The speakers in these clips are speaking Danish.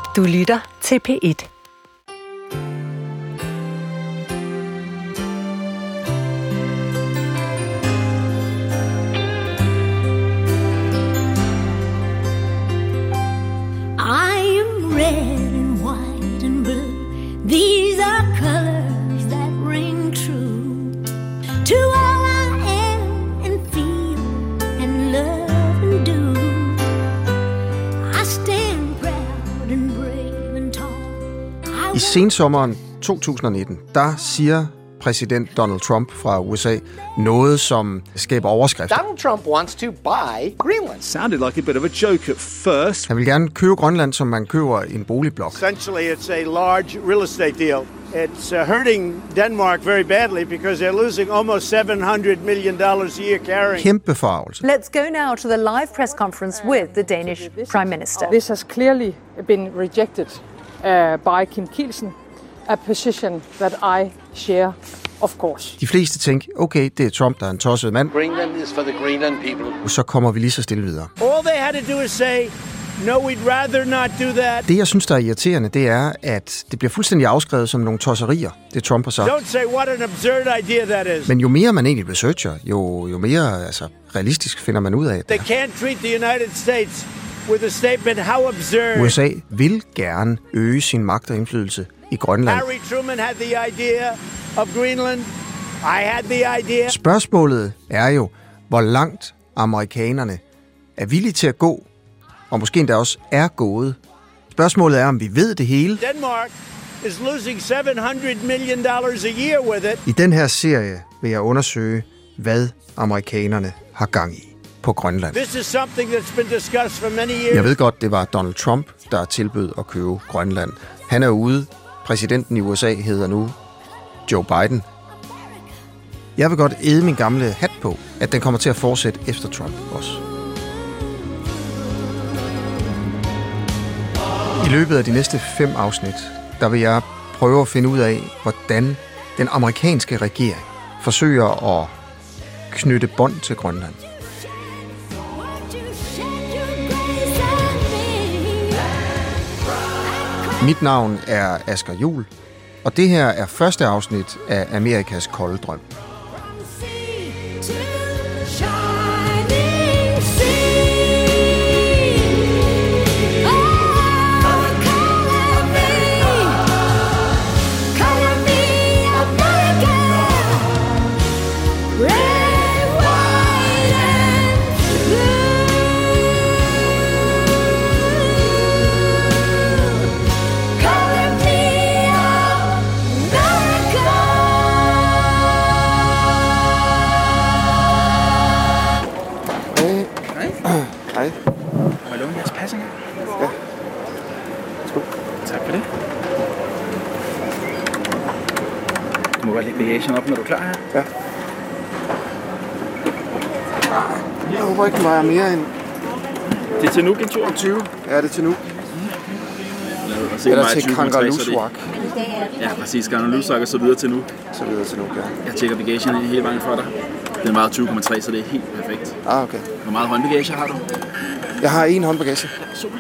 Du lytter til P1. These are colors that ring true to all I am and feel and love and do. I stand proud and brave and tall. I sensommeren 2019, der siger præsident Donald Trump fra USA noget, som skaber overskrifter. Donald Trump wants to buy Greenland. Sounded like a bit of a joke at first. Han vil gerne købe Grønland, som man køber en boligblok. Essentially, it's a large real estate deal. It's hurting Denmark very badly because they're losing almost $700 million a year carrying. Kæmpe forargelse. Let's go now to the live press conference with the Danish Prime Minister. This has clearly been rejected by Kim Kielsen, a position that I share, of course. De fleste tænker, okay, det er Trump, der er en tosset mand. Greenland is for the Greenland people. Og så kommer vi lige så stille videre. All they had to do is say, no, we'd rather not do that. Det, jeg synes, der er irriterende, det er, at det bliver fuldstændig afskrevet som nogle tosserier, det Trump har sagt. Don't say what an absurd idea that is. Men jo mere man egentlig researcher, jo mere realistisk finder man ud af They det. can't treat the United States with a statement how absurd. USA vil gerne øge sin magt og indflydelse i Grønland. Harry Truman had the idea of Greenland. I had the idea. Spørgsmålet er jo, hvor langt amerikanerne er villige til at gå, og måske endda også er gået. Spørgsmålet er, om vi ved det hele. Denmark is losing $700 million a year with it. I den her serie vil jeg undersøge, hvad amerikanerne har gang i på Grønland. This is something that's been discussed for many years. Jeg ved godt, det var Donald Trump, der tilbød at købe Grønland. Han er ude. Præsidenten i USA hedder nu Joe Biden. Jeg vil godt æde min gamle hat på, at den kommer til at fortsætte efter Trump også. I løbet af de næste 5 afsnit, der vil jeg prøve at finde ud af, hvordan den amerikanske regering forsøger at knytte bånd til Grønland. Mit navn er Asger Juhl, og det her er første afsnit af Amerikas kolde drøm. Hej. Må jeg låne jeres pas engang? Ja. Skål. Tak for det. Du må bare lægge bagagen op, når du er klar her. Ja. Jeg håber ikke, den vejer mere end... Det er til Nuuk en tur. 20. Ja, det er til Nuuk. Eller til Kangerlussuaq. Ja, præcis. Kangerlussuaq og så videre til Nuuk. Så videre til Nuuk, ja. Jeg tjekker bagagen hele vejen for dig. Den vejer 20,3, så det er helt perfekt. Ah, okay. Hvor meget håndbagage har du? Jeg har 1 håndbagage. Super.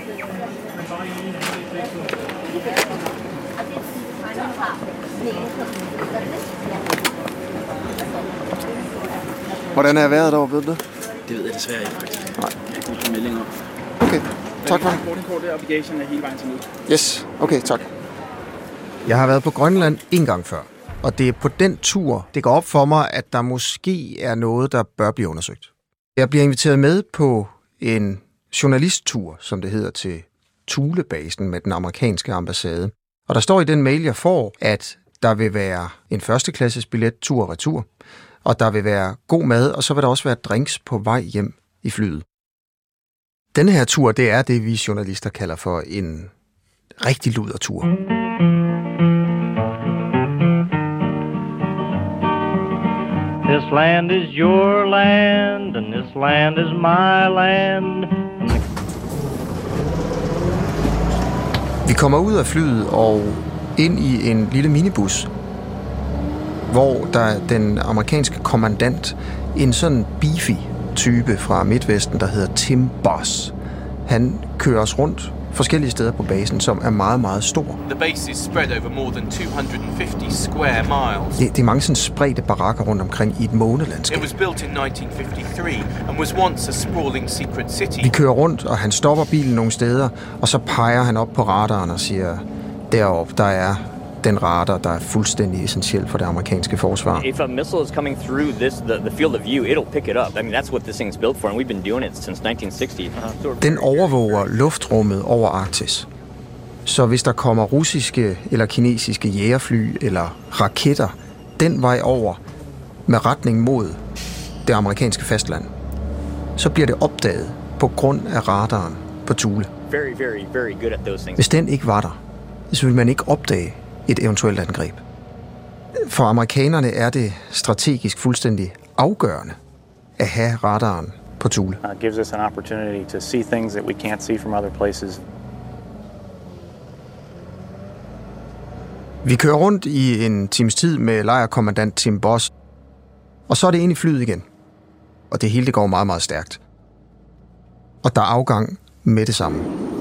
Hvordan er vejret derovre, ved du det? Det ved jeg desværre ikke, faktisk. Nej. Jeg kan ikke meldinger op. Okay, tak for det. Kort der, og bagagen er hele vejen til Nuuk. Yes, okay, tak. Jeg har været på Grønland 1 gang før, og det er på den tur, det går op for mig, at der måske er noget, der bør blive undersøgt. Jeg bliver inviteret med på en journalisttur, som det hedder, til Thulebasen med den amerikanske ambassade. Og der står i den mail, jeg får, at der vil være en førsteklasses billet tur og retur, og der vil være god mad, og så vil der også være drinks på vej hjem i flyet. Denne her tur, det er det, vi journalister kalder for en rigtig ludertur. This land is your land, and this land is my land. Vi kommer ud af flyet og ind i en lille minibus, hvor der den amerikanske kommandant, en sådan beefy type fra Midtvesten, der hedder Tim Boss. Han kører os rundt forskellige steder på basen, som er meget, meget stor. The base is spread over more than 250 square miles. Det er mange sådan spredte barakker rundt omkring i et månelandskab. It was built in 1953 and was once a sprawling secret city. Vi kører rundt, og han stopper bilen nogle steder, og så peger han op på radaren og siger, deroppe, der er den radar, der er fuldstændig essentiel for det amerikanske forsvar. If a missile is coming through the field of view, it'll pick it up. I mean, that's what this thing is built for, and we've been doing it since 1960. Den overvåger luftrummet over Arktis. Så hvis der kommer russiske eller kinesiske jægerfly eller raketter den vej over med retning mod det amerikanske fastland, så bliver det opdaget på grund af radaren på Thule. Very, very, very good at those things. Hvis den ikke var der, så ville man ikke opdage et eventuelt angreb. For amerikanerne er det strategisk fuldstændig afgørende at have radaren på Thule. It gives us an opportunity to see things that we can't see from other places. Vi kører rundt i en times tid med lejrkommandant Tim Boss, og så er det ind i flyet igen. Og det hele det går meget, meget stærkt. Og der er afgang med det samme.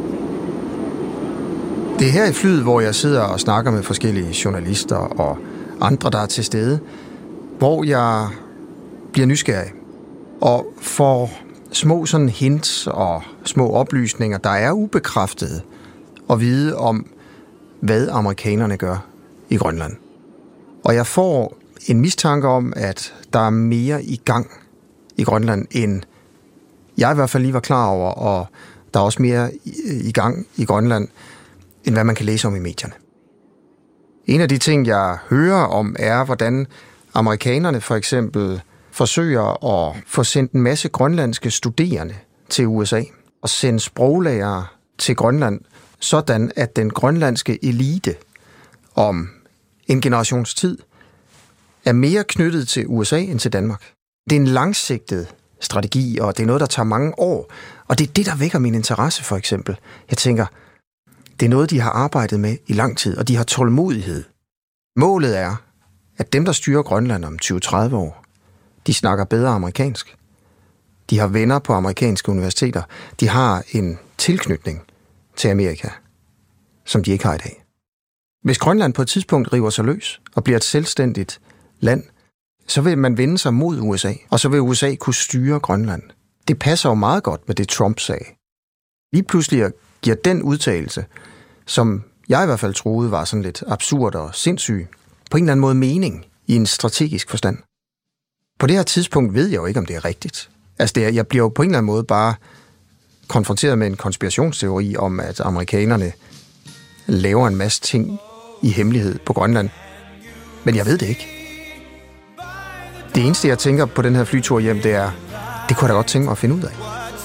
Det er her i flyet, hvor jeg sidder og snakker med forskellige journalister og andre, der er til stede, hvor jeg bliver nysgerrig og får små sådan hints og små oplysninger, der er ubekræftede, at vide om, hvad amerikanerne gør i Grønland. Og jeg får en mistanke om, at der er mere i gang i Grønland, end jeg i hvert fald lige var klar over, og der er også mere i gang i Grønland, end hvad man kan læse om i medierne. En af de ting, jeg hører om, er, hvordan amerikanerne for eksempel forsøger at få sendt en masse grønlandske studerende til USA og sende sproglærere til Grønland, sådan at den grønlandske elite om en generations tid er mere knyttet til USA end til Danmark. Det er en langsigtet strategi, og det er noget, der tager mange år. Og det er det, der vækker min interesse, for eksempel. Jeg tænker, det er noget, de har arbejdet med i lang tid, og de har tålmodighed. Målet er, at dem, der styrer Grønland om 20-30 år, de snakker bedre amerikansk. De har venner på amerikanske universiteter. De har en tilknytning til Amerika, som de ikke har i dag. Hvis Grønland på et tidspunkt river sig løs og bliver et selvstændigt land, så vil man vende sig mod USA, og så vil USA kunne styre Grønland. Det passer jo meget godt med det, Trump sagde. Lige pludselig giver den udtalelse, som jeg i hvert fald troede var sådan lidt absurd og sindssyg, på en eller anden måde mening i en strategisk forstand. På det her tidspunkt ved jeg jo ikke, om det er rigtigt. Altså, jeg bliver jo på en eller anden måde bare konfronteret med en konspirationsteori om, at amerikanerne laver en masse ting i hemmelighed på Grønland. Men jeg ved det ikke. Det eneste, jeg tænker på den her flytur hjem, det er, det kunne jeg da godt tænke mig at finde ud af.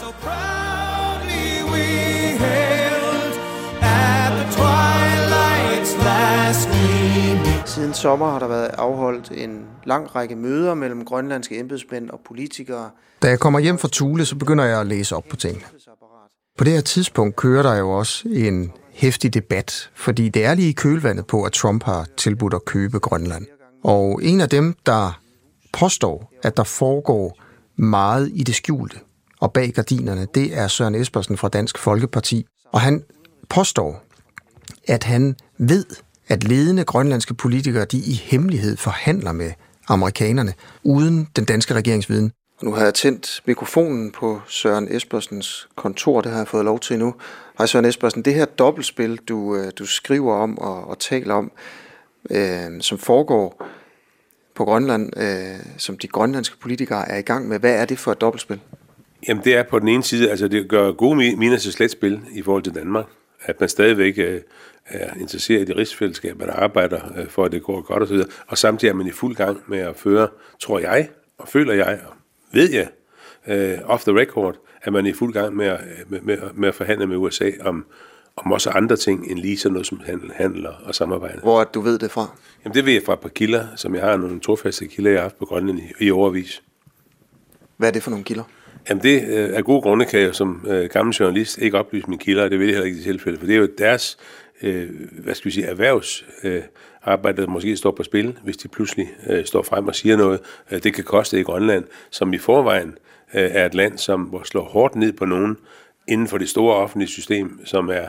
Siden sommer har der været afholdt en lang række møder mellem grønlandske embedsmænd og politikere. Da jeg kommer hjem fra Thule, så begynder jeg at læse op på tingene. På det her tidspunkt kører der jo også en heftig debat, fordi det er lige i kølvandet på, at Trump har tilbudt at købe Grønland. Og en af dem, der påstår, at der foregår meget i det skjulte og bag gardinerne, det er Søren Espersen fra Dansk Folkeparti. Og han påstår, at han ved, at ledende grønlandske politikere, de i hemmelighed forhandler med amerikanerne, uden den danske regeringsviden. Og nu har jeg tændt mikrofonen på Søren Espersens kontor, det har jeg fået lov til nu. Hej Søren Espersen, det her dobbeltspil, du skriver om og taler om, som foregår på Grønland, som de grønlandske politikere er i gang med, hvad er det for et dobbeltspil? Jamen det er på den ene side, altså det gør gode miner til slet spil i forhold til Danmark. At man stadigvæk er interesseret i rigsfællesskab, man arbejder for, at det går godt osv. Og samtidig er man i fuld gang med at føre, tror jeg, og føler jeg, og ved jeg, off the record, at man er i fuld gang med at forhandle med USA om også andre ting, end lige sådan noget som handel og samarbejde. Hvor du ved det fra? Jamen det ved jeg fra et par kilder, som jeg har nogle trofaste kilder, jeg har haft på Grønland i overvis. Hvad er det for nogle kilder? Jamen det af gode grunde kan jeg som gammel journalist ikke oplyse mine kilder, og det vil jeg heller ikke i tilfælde, for det er jo deres erhvervsarbejde, der måske står på spil, hvis de pludselig står frem og siger noget. Det kan koste i Grønland, som i forvejen er et land, som slår hårdt ned på nogen inden for det store offentlige system, som er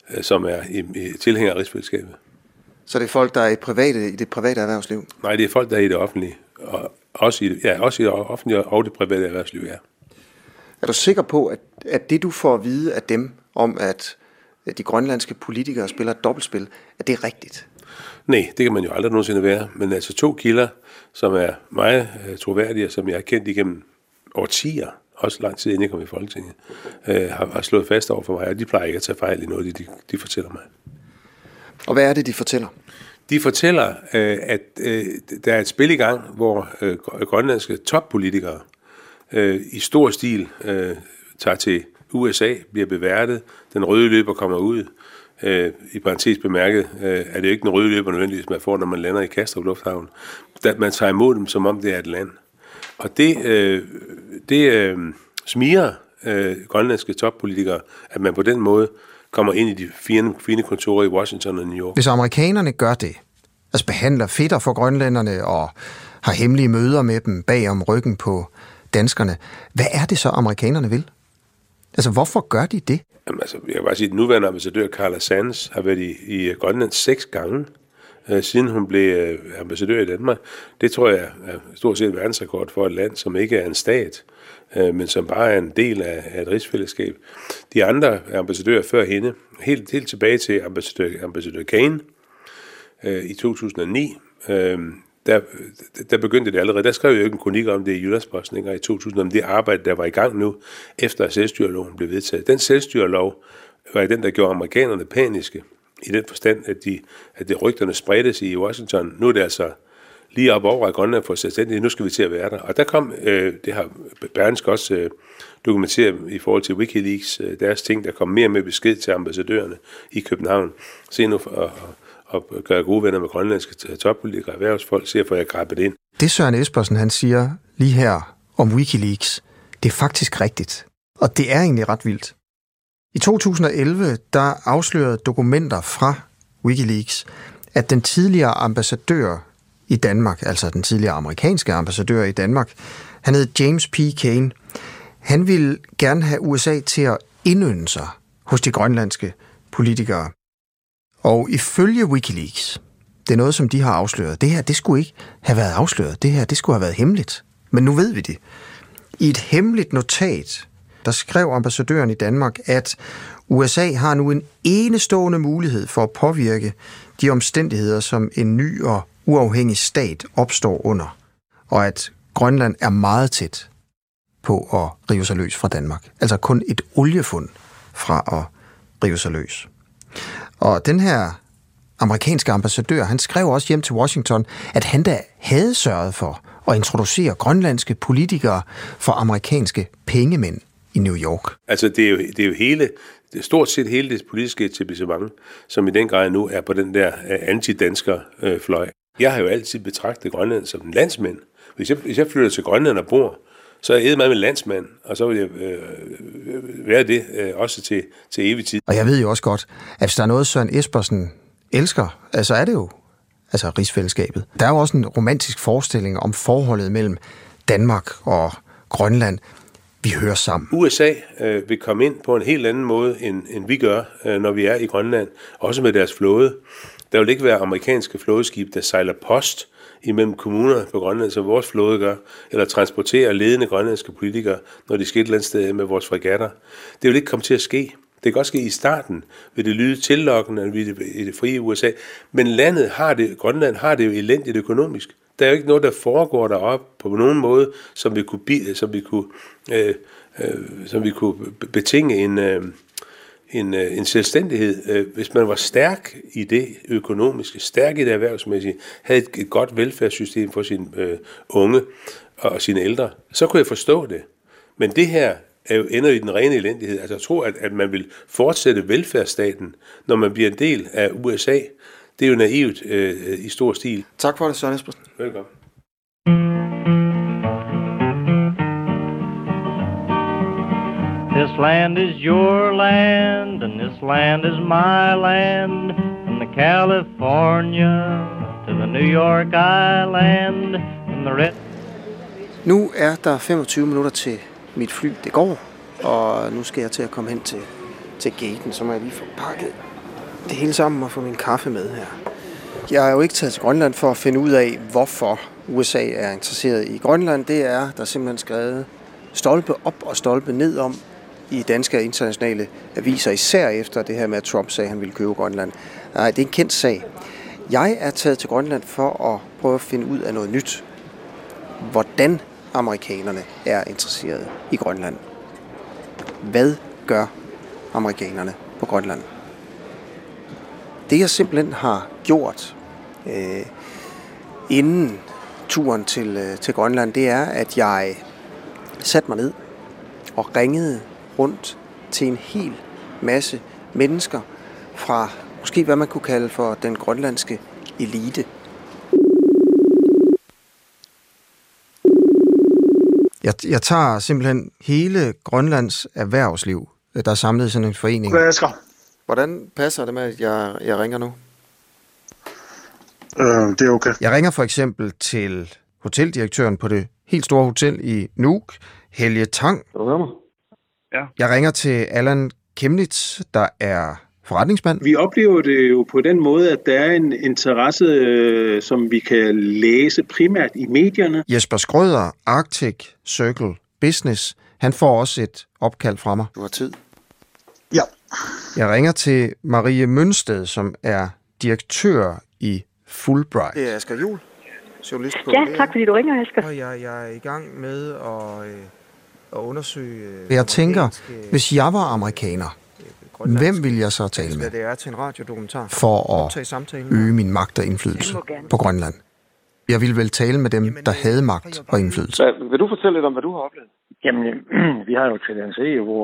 som er i tilhænger af rigsfællesskabet. Så det er folk, der er i det private erhvervsliv? Nej, det er folk, der er i det offentlige. Og også i det offentlige og det private erhvervsliv, ja. Er du sikker på, at det du får at vide af dem om, at de grønlandske politikere spiller et dobbeltspil, at det er rigtigt? Nej, det kan man jo aldrig nogensinde være. Men altså 2 kilder, som er meget troværdige, som jeg har kendt igennem årtier, også lang tid inden jeg kom i Folketinget, har slået fast over for mig, og de plejer ikke at tage fejl i noget, de fortæller mig. Og hvad er det, de fortæller? De fortæller, at der er et spil i gang, hvor grønlandske toppolitikere i stor stil tager til USA, bliver beværtet, den røde løber kommer ud. I parentes bemærket er det ikke den røde løber nødvendigvis, man får, når man lander i Kastrup Lufthavn. Man tager imod dem, som om det er et land. Og det smiger grønlandske toppolitikere, at man på den måde kommer ind i de fine kontorer i Washington og New York. Hvis amerikanerne gør det, altså behandler fætter for grønlænderne og har hemmelige møder med dem bag om ryggen på danskerne, hvad er det så, amerikanerne vil? Altså, hvorfor gør de det? Jamen, altså, jeg kan bare sige, at den nuværende ambassadør, Carla Sands, har været i Grønland 6 gange, siden hun blev ambassadør i Danmark. Det tror jeg er stort set verdensrekord for et land, som ikke er en stat, men som bare er en del af et rigsfællesskab. De andre ambassadører før hende, helt tilbage til ambassadør Kane i 2009, der begyndte det allerede. Der skrev jeg jo ikke en kronik om det i Jyllandsposten i 2000, om det arbejde, der var i gang nu, efter at selvstyreloven blev vedtaget. Den selvstyrelov var den, der gjorde amerikanerne paniske, i den forstand, at det rygterne spredte sig i Washington. Nu er det altså lige op over, at Grønland får selvstændighed. Nu skal vi til at være der. Og der kom, det har Berlingske også dokumenteret i forhold til Wikileaks, deres ting, der kom mere med besked til ambassadørerne i København. Se nu og gøre gode venner med grønlandske toppolitikere og erhvervsfolk, se for jeg grebet ind. Det Søren Espersen, han siger lige her om Wikileaks, det er faktisk rigtigt. Og det er egentlig ret vildt. I 2011, der afslørede dokumenter fra Wikileaks, at den tidligere ambassadør i Danmark, altså den tidligere amerikanske ambassadør i Danmark, han hed James P. Kane. Han ville gerne have USA til at indynde sig hos de grønlandske politikere. Og ifølge Wikileaks, det er noget, som de har afsløret. Det her, det skulle ikke have været afsløret. Det her, det skulle have været hemmeligt. Men nu ved vi det. I et hemmeligt notat, der skrev ambassadøren i Danmark, at USA har nu en enestående mulighed for at påvirke de omstændigheder, som en ny og uafhængig stat opstår under. Og at Grønland er meget tæt på at rive sig løs fra Danmark. Altså kun et oliefund fra at rive sig løs. Og den her amerikanske ambassadør, han skrev også hjem til Washington, at han da havde sørget for at introducere grønlandske politikere for amerikanske pengemænd i New York. Altså det er jo stort set hele det politiske etablissement, som i den grad nu er på den der anti-dansker fløj. Jeg har jo altid betragtet Grønland som en landsmand. Hvis jeg flytter til Grønland og bor, så er jeg med landsmand, og så vil jeg være det også til evig tid. Og jeg ved jo også godt, at hvis der er noget, Søren Espersen elsker, så er det jo rigsfællesskabet. Der er jo også en romantisk forestilling om forholdet mellem Danmark og Grønland. Vi hører sammen. USA vil komme ind på en helt anden måde, end vi gør, når vi er i Grønland. Også med deres flåde. Der vil ikke være amerikanske flådeskib, der sejler post imellem kommuner på Grønland, som vores flåde gør, eller transporterer ledende grønlandske politikere, når de skal et eller andet sted med vores fregatter. Det vil ikke komme til at ske. Det kan også ske i starten, vil det lyde tillokkende i det frie USA, men Grønland har det jo elendigt økonomisk. Der er jo ikke noget, der foregår deroppe på nogen måde, som vi kunne betinge en selvstændighed. Hvis man var stærk i det økonomiske, stærk i det erhvervsmæssige, havde et godt velfærdssystem for sine unge og sine ældre, så kunne jeg forstå det. Men det her ender i den rene elendighed. Altså jeg tror, at man vil fortsætte velfærdsstaten, når man bliver en del af USA. Det er jo naivt i stor stil. Tak for det, Søren Espersen. Velkommen. This land is your land, and this land is my land, from the California to the New York Island, from the red... Nu er der 25 minutter til mit fly, det går, og nu skal jeg til at komme hen til til gaten, så må jeg lige få pakket det hele sammen og få min kaffe med her. Jeg er jo ikke taget til Grønland for at finde ud af, hvorfor USA er interesseret i Grønland. Det er der simpelthen skrevet stolpe op og stolpe ned om i danske og internationale aviser, især efter det her med, at Trump sagde, at han ville købe Grønland. Nej, det er en kendt sag. Jeg er taget til Grønland for at prøve at finde ud af noget nyt. Hvordan amerikanerne er interesseret i Grønland. Hvad gør amerikanerne på Grønland? Det jeg simpelthen har gjort inden turen til Grønland, det er, at jeg satte mig ned og ringede rundt til en hel masse mennesker fra måske hvad man kunne kalde for den grønlandske elite. Jeg tager simpelthen hele Grønlands erhvervsliv, der er samlet i sådan en forening. Hvordan passer det med, at jeg ringer nu? Det er okay. Jeg ringer for eksempel til hoteldirektøren på det helt store hotel i Nuuk, Helge Tang. Ja. Jeg ringer til Allan Chemnitz, der er forretningsmand. Vi oplever det jo på den måde, at der er en interesse, som vi kan læse primært i medierne. Jesper Skrøder, Arctic Circle Business, han får også et opkald fra mig. Du har tid? Ja. Jeg ringer til Marie Mønsted, som er direktør i Fulbright. Det er Asger Juhl, journalist på Ja, tak fordi du ringer, Asger. Og jeg er i gang med at undersøge... Jeg tænker, hvis jeg var amerikaner, hvem vil jeg så tale med? Det er til en radiodokumentar for at øge min magt og indflydelse på Grønland. Jeg ville vel tale med dem, der havde magt og indflydelse. Vil du fortælle lidt om, hvad du har oplevet? Jamen, vi har jo et tendens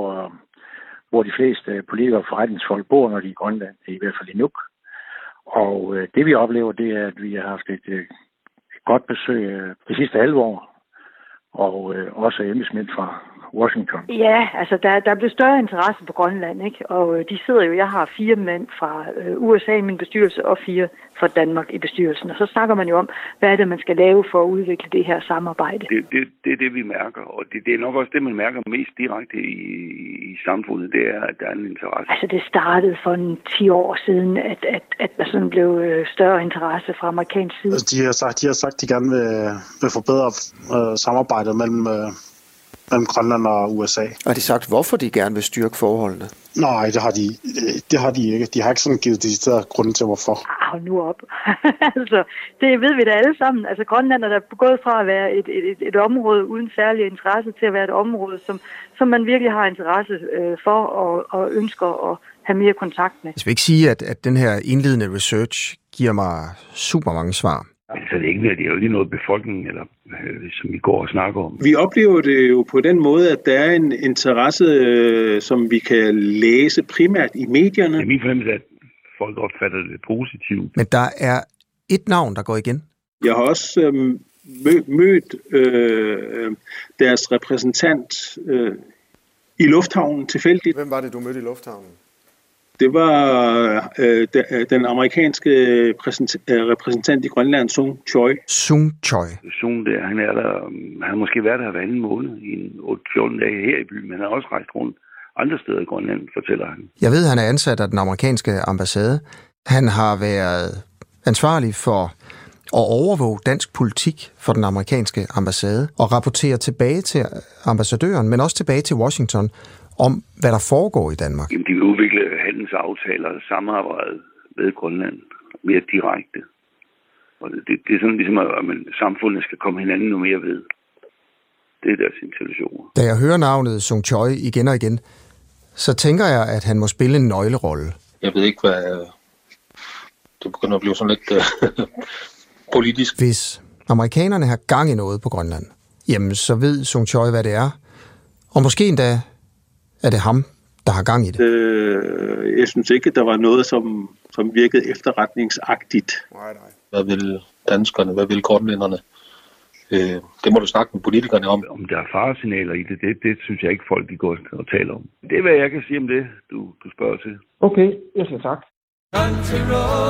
hvor de fleste politikere og forretningsfolk bor, når de er i Grønland, i hvert fald i Nuuk. Og det vi oplever, det er, at vi har haft et godt besøg de sidste halve år, og også embedsmænd fra Washington. Ja, altså der er blevet større interesse på Grønland, ikke? Og de sidder jo, jeg har 4 mænd fra USA i min bestyrelse, og 4 fra Danmark i bestyrelsen. Og så snakker man jo om, hvad er det, man skal lave for at udvikle det her samarbejde. Det er det, vi mærker, og det er nok også det, man mærker mest direkte i samfundet, det er, at der er en interesse. Altså det startede for 10 år siden, at der sådan blev større interesse fra amerikansk side. Altså, de har sagt, at de gerne vil forbedre samarbejdet mellem Grønland og USA. Har de sagt, hvorfor de gerne vil styrke forholdene? Nej, det har de ikke. De har ikke sådan givet de grunde til, hvorfor. Hold nu op. Altså, det ved vi da alle sammen. Altså, Grønland er der gået fra at være et område uden særlig interesse til at være et område, som man virkelig har interesse for og ønsker at have mere kontakt med. Jeg vil ikke sige, at den her indledende research giver mig super mange svar. Altså, det er jo ikke noget befolkningen, eller som vi går og snakker om. Vi oplever det jo på den måde, at der er en interesse, som vi kan læse primært i medierne. Det er min fornemmelse, at folk opfatter det positivt. Men der er et navn, der går igen. Jeg har også mødt deres repræsentant i lufthavnen tilfældigt. Hvem var det, du mødte i lufthavnen? Det var den amerikanske repræsentant i Grønland, Sung Choi. Sung Choi. Sung der, han har måske været der hver anden måned i 8-14 dage her i byen, men han har også rejst rundt andre steder i Grønland, fortæller han. Jeg ved, han er ansat af den amerikanske ambassade. Han har været ansvarlig for at overvåge dansk politik for den amerikanske ambassade og rapportere tilbage til ambassadøren, men også tilbage til Washington om, hvad der foregår i Danmark. Jamen, de vil udvikle handelsaftaler og samarbejde med Grønland mere direkte. Og det er sådan ligesom, at samfundet skal komme hinanden noget mere ved. Det er deres intentioner. Da jeg hører navnet Sung Choi igen og igen, så tænker jeg, at han må spille en nøglerolle. Jeg ved ikke, hvad... Det begynder at blive sådan lidt politisk. Hvis amerikanerne har gang i noget på Grønland, jamen så ved Sung Choi, hvad det er. Og måske endda er det ham, der har gang i det. Jeg synes ikke, at der var noget, som virkede efterretningsagtigt. Nej. Hvad vil danskerne? Hvad vil grønlænderne? Det må du snakke med politikerne om. Om der er faresignaler i det synes jeg ikke, folk de går og taler om. Det er, hvad jeg kan sige om det, du spørger til. Okay, jeg siger tak. Country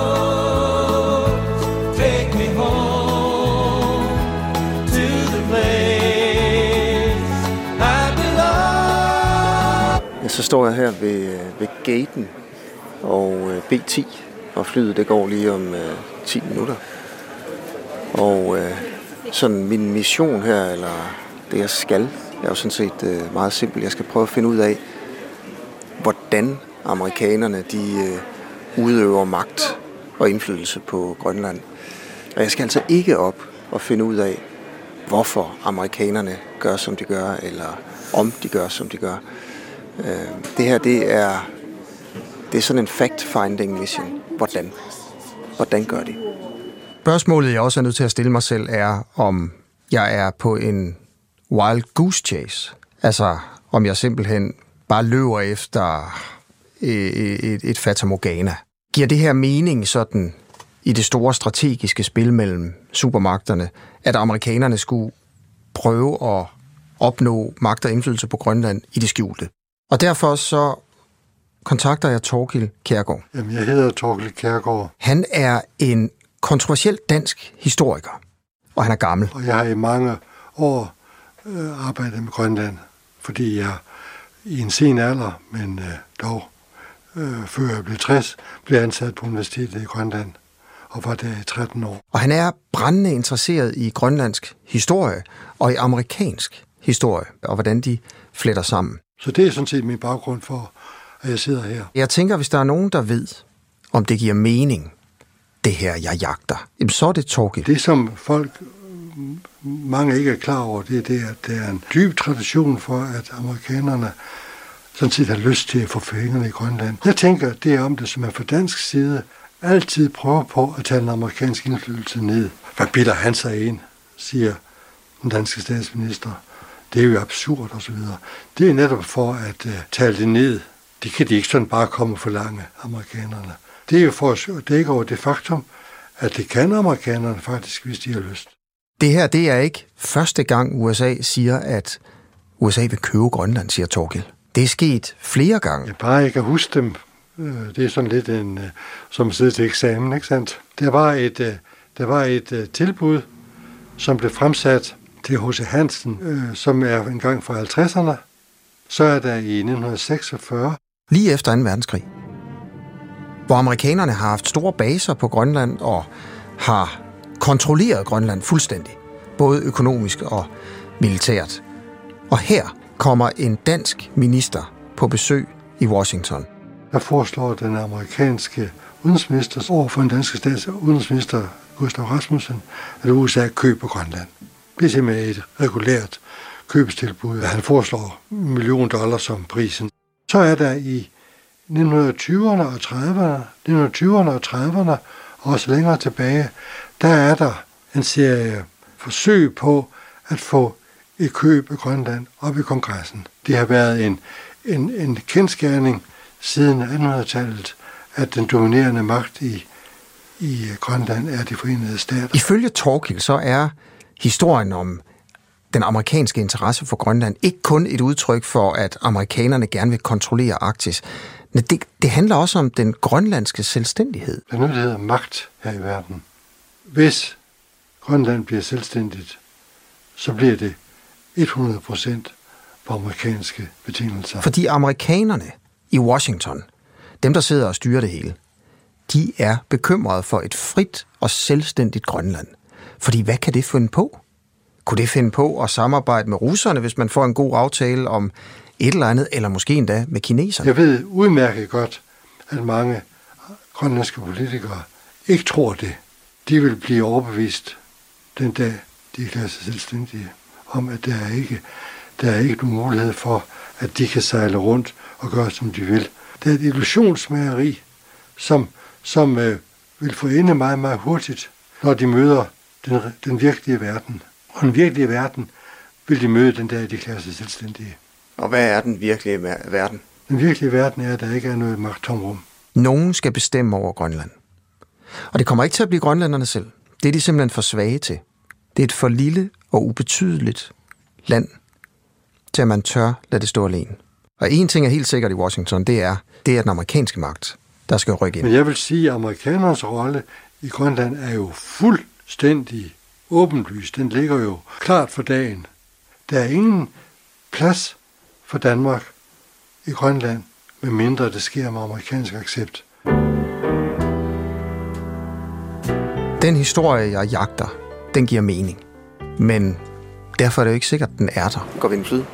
roads, take me home to the place I belong. Jeg Så står jeg her ved gaten og B10, og flyet det går lige om 10 minutter. Og sådan min mission her, eller det jeg skal, er jo sådan set meget simpelt. Jeg skal prøve at finde ud af, hvordan amerikanerne de udøver magt og indflydelse på Grønland. Og jeg skal altså ikke op og finde ud af, hvorfor amerikanerne gør, som de gør, eller om de gør, som de gør. Det her, det er sådan en fact-finding mission. Hvordan gør de? Spørgsmålet, jeg også er nødt til at stille mig selv, er, om jeg er på en wild goose chase. Altså, om jeg simpelthen bare løber efter et fatamorgana. Giver det her mening sådan i det store strategiske spil mellem supermagterne, at amerikanerne skulle prøve at opnå magt og indflydelse på Grønland i det skjulte? Og derfor så kontakter jeg Thorkild Kjærgaard. Jamen, jeg hedder Thorkild Kjærgaard. Han er en kontroversiel dansk historiker, og han er gammel. Og jeg har i mange år arbejdet med Grønland, fordi jeg i en sen alder, men dog før jeg blev 60, blev ansat på universitetet i Grønland, og var der i 13 år. Og han er brændende interesseret i grønlandsk historie og i amerikansk historie, og hvordan de fletter sammen. Så det er sådan set min baggrund for, at jeg sidder her. Jeg tænker, hvis der er nogen, der ved, om det giver mening, det her, jeg jagter, jamen så er det Thorkild. Det, som folk, mange ikke er klar over, det er det, at der er en dyb tradition for, at amerikanerne sådan set har lyst til at få fingrene i Grønland. Jeg tænker, det er om det, som er fra dansk side, altid prøver på at tage den amerikanske indflydelse ned. Hvad bilder han sig ind, siger den danske statsminister. Det er jo absurd og så videre. Det er netop for at tale det ned. Det kan de ikke sådan bare komme for lange, amerikanerne. Det er jo for at dække over det faktum, at det kan amerikanerne faktisk, hvis de har lyst. Det her, det er ikke første gang USA siger, at USA vil købe Grønland, siger Thorkild. Det er sket flere gange. Jeg bare ikke kan huske dem. Det er sådan lidt som at sidde til eksamen, ikke sandt? Der var et tilbud, som blev fremsat til H.C. Hansen, som er en gang fra 50'erne. Så er der i 1946. Lige efter 2. verdenskrig, hvor amerikanerne har haft store baser på Grønland og har kontrolleret Grønland fuldstændig, både økonomisk og militært. Og her kommer en dansk minister på besøg i Washington. Der foreslår den amerikanske udenrigsminister over for den danske statsudenrigsminister Gustav Rasmussen, at USA køber Grønland. Det er simpelthen et regulært købstilbud. Han foreslår $1 million som prisen. Så er der i 1920'erne og 30'erne, og også længere tilbage, der er der en serie forsøg på at få et køb af Grønland op i kongressen. Det har været en kendsgerning siden 1800-tallet, at den dominerende magt i Grønland er de forenede stater. Ifølge Thorkild så er historien om den amerikanske interesse for Grønland ikke kun et udtryk for, at amerikanerne gerne vil kontrollere Arktis. Men det handler også om den grønlandske selvstændighed. Der er noget, der hedder magt her i verden. Hvis Grønland bliver selvstændigt, så bliver det 100% på amerikanske betingelser. Fordi amerikanerne i Washington, dem der sidder og styrer det hele, de er bekymrede for et frit og selvstændigt Grønland. Fordi hvad kan det finde på? Kunne det finde på at samarbejde med russerne, hvis man får en god aftale om et eller andet, eller måske endda med kineserne? Jeg ved udmærket godt, at mange grønlandske politikere ikke tror det. De vil blive overbevist den dag, de erklærer sig selvstændige, om at der er ikke nogen mulighed for, at de kan sejle rundt og gøre, som de vil. Det er et illusionsmageri, som vil få ende meget, meget hurtigt, når de møder den virkelige verden. Og den virkelige verden vil de møde den dag, de erklærer sig selvstændige. Og hvad er den virkelige verden? Den virkelige verden er, at der ikke er noget magttomrum. Nogen skal bestemme over Grønland. Og det kommer ikke til at blive grønlænderne selv. Det er de simpelthen for svage til. Det er et for lille og ubetydeligt land, til at man tør lade det stå alene. Og en ting er helt sikkert i Washington, det er den amerikanske magt, der skal rykke ind. Men jeg vil sige, at amerikanernes rolle i Grønland er jo fuldstændig åbenlyst. Den ligger jo klart for dagen. Der er ingen plads for Danmark i Grønland, medmindre det sker med amerikansk accept. Den historie, jeg jagter, den giver mening. Men derfor er det jo ikke sikkert, at den er der. Går vi en flyd?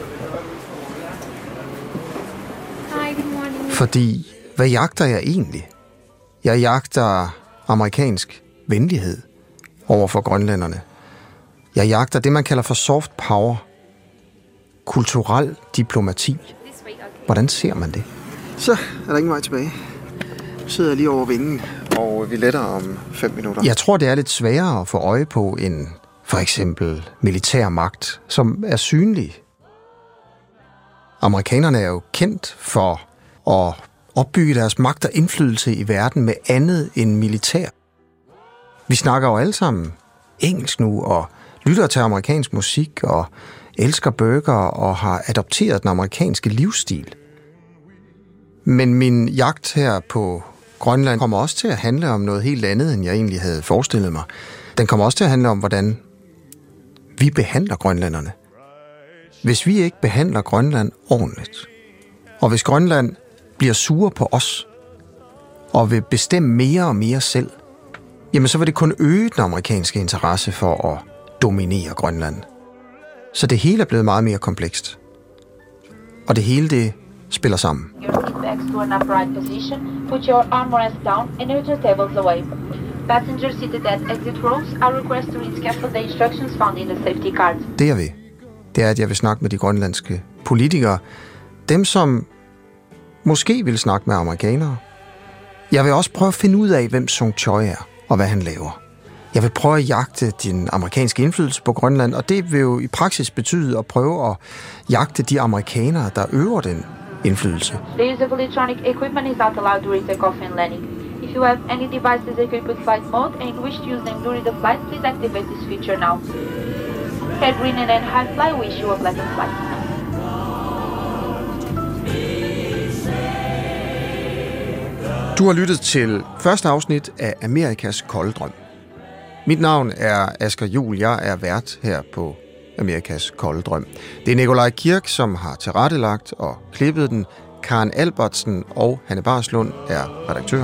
Fordi, hvad jagter jeg egentlig? Jeg jagter amerikansk venlighed over for grønlænderne. Jeg jagter det, man kalder for soft power. Kulturel diplomati. Hvordan ser man det? Så er der ingen vej tilbage. Nu sidder jeg lige over vingen, og vi letter om 5 minutter. Jeg tror, det er lidt sværere at få øje på end for eksempel militær magt, som er synlig. Amerikanerne er jo kendt for at opbygge deres magt og indflydelse i verden med andet end militær. Vi snakker jo alle sammen engelsk nu, og lytter til amerikansk musik, og elsker burger, og har adopteret den amerikanske livsstil. Men min jagt her på Grønland kommer også til at handle om noget helt andet, end jeg egentlig havde forestillet mig. Den kommer også til at handle om, hvordan vi behandler grønlænderne. Hvis vi ikke behandler Grønland ordentligt, og hvis Grønland bliver sure på os, og vil bestemme mere og mere selv, jamen så vil det kun øge den amerikanske interesse for at dominere Grønland. Så det hele er blevet meget mere komplekst. Og det hele, det spiller sammen. Your seat backs to an upright position, put your armrest down and move your tables away. Passengers seated at exit rows are requested to read carefully the instructions found in the safety card. Det jeg vil, det er, at jeg vil snakke med de grønlandske politikere. Dem, som måske vil snakke med amerikanere. Jeg vil også prøve at finde ud af, hvem Song Choi er, og hvad han laver. Jeg vil prøve at jagte din amerikanske indflydelse på Grønland, og det vil jo i praksis betyde at prøve at jagte de amerikanere, der øver den indflydelse. The use of electronic equipment is not allowed during takeoff and landing. If you have any devices equipped with flight mode and wish to use them during the flight, please activate this feature now. At Greenland and High Fly, wish you a pleasant flight. Du har lyttet til første afsnit af Amerikas kolde drøm. Mit navn er Asger Juhl. Jeg er vært her på Amerikas kolde drøm. Det er Nikolaj Kirk, som har tilrettelagt og klippet den. Karen Albertsen og Hanne Barslund er redaktør.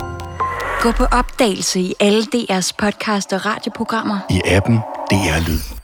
Gå på opdagelse i alle DR's podcast og radioprogrammer. I appen DR Lyd.